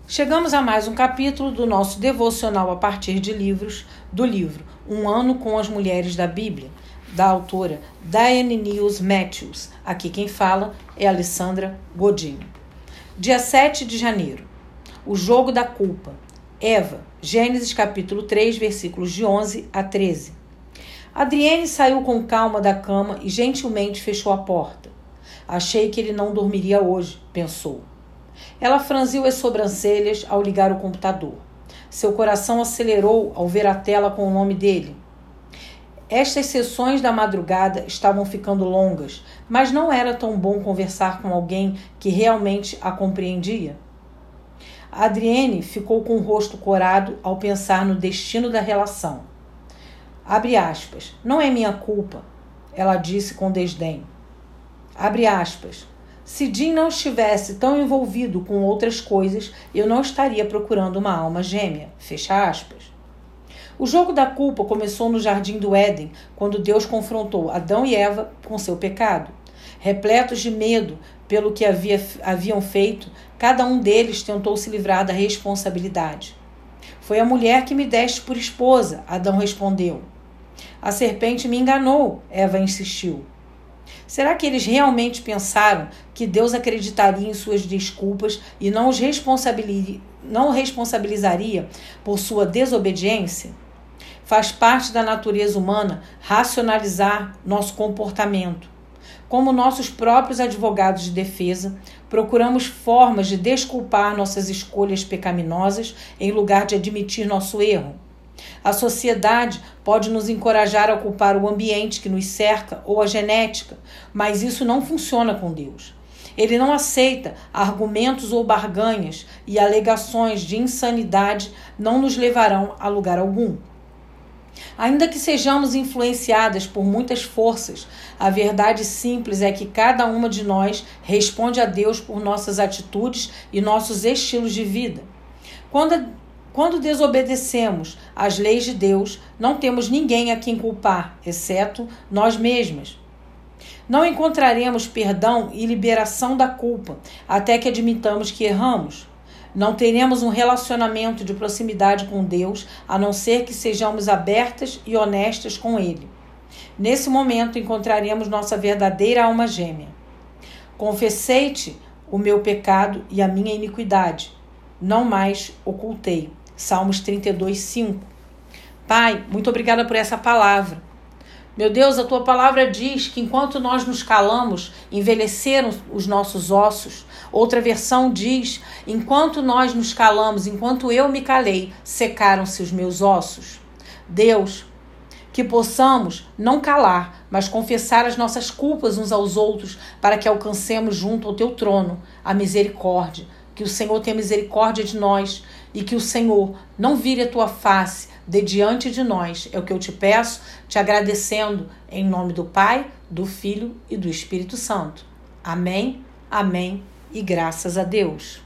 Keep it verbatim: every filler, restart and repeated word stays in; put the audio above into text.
Chegamos a mais um capítulo do nosso devocional a partir de livros, do livro Um Ano com as Mulheres da Bíblia, da autora Diane News Matthews. Aqui quem fala é Alessandra Godinho. Dia sete de janeiro. O jogo da culpa. Eva, Gênesis capítulo três, versículos de onze a treze. Adriene saiu com calma da cama e gentilmente fechou a porta. Achei que ele não dormiria hoje, pensou. Ela franziu as sobrancelhas ao ligar o computador. Seu coração acelerou ao ver a tela com o nome dele. Estas sessões da madrugada estavam ficando longas, mas não era tão bom conversar com alguém que realmente a compreendia. A Adriene ficou com o rosto corado ao pensar no destino da relação. Abre aspas. Não é minha culpa, ela disse com desdém. Abre aspas. Se Jim não estivesse tão envolvido com outras coisas, eu não estaria procurando uma alma gêmea. Fecha aspas. O jogo da culpa começou no Jardim do Éden, quando Deus confrontou Adão e Eva com seu pecado. Repletos de medo pelo que havia, haviam feito, cada um deles tentou se livrar da responsabilidade. Foi a mulher que me deste por esposa, Adão respondeu. A serpente me enganou, Eva insistiu. Será que eles realmente pensaram que Deus acreditaria em suas desculpas e não os responsabilizaria, não responsabilizaria por sua desobediência? Faz parte da natureza humana racionalizar nosso comportamento. Como nossos próprios advogados de defesa, procuramos formas de desculpar nossas escolhas pecaminosas em lugar de admitir nosso erro. A sociedade pode nos encorajar a culpar o ambiente que nos cerca ou a genética, mas isso não funciona com Deus. Ele não aceita argumentos ou barganhas e alegações de insanidade não nos levarão a lugar algum. Ainda que sejamos influenciadas por muitas forças, a verdade simples é que cada uma de nós responde a Deus por nossas atitudes e nossos estilos de vida. Quando a Quando desobedecemos às leis de Deus, não temos ninguém a quem culpar, exceto nós mesmas. Não encontraremos perdão e liberação da culpa até que admitamos que erramos. Não teremos um relacionamento de proximidade com Deus, a não ser que sejamos abertas e honestas com Ele. Nesse momento encontraremos nossa verdadeira alma gêmea. Confessei-te o meu pecado e a minha iniquidade. Não mais ocultei. Salmos trinta e dois, cinco. Pai, muito obrigada por essa palavra. Meu Deus, a tua palavra diz que enquanto nós nos calamos, envelheceram os nossos ossos. Outra versão diz, enquanto nós nos calamos, enquanto eu me calei, secaram-se os meus ossos. Deus, que possamos não calar, mas confessar as nossas culpas uns aos outros, para que alcancemos junto ao teu trono a misericórdia. Que o Senhor tenha misericórdia de nós e que o Senhor não vire a tua face de diante de nós. É o que eu te peço, te agradecendo em nome do Pai, do Filho e do Espírito Santo. Amém, amém e graças a Deus.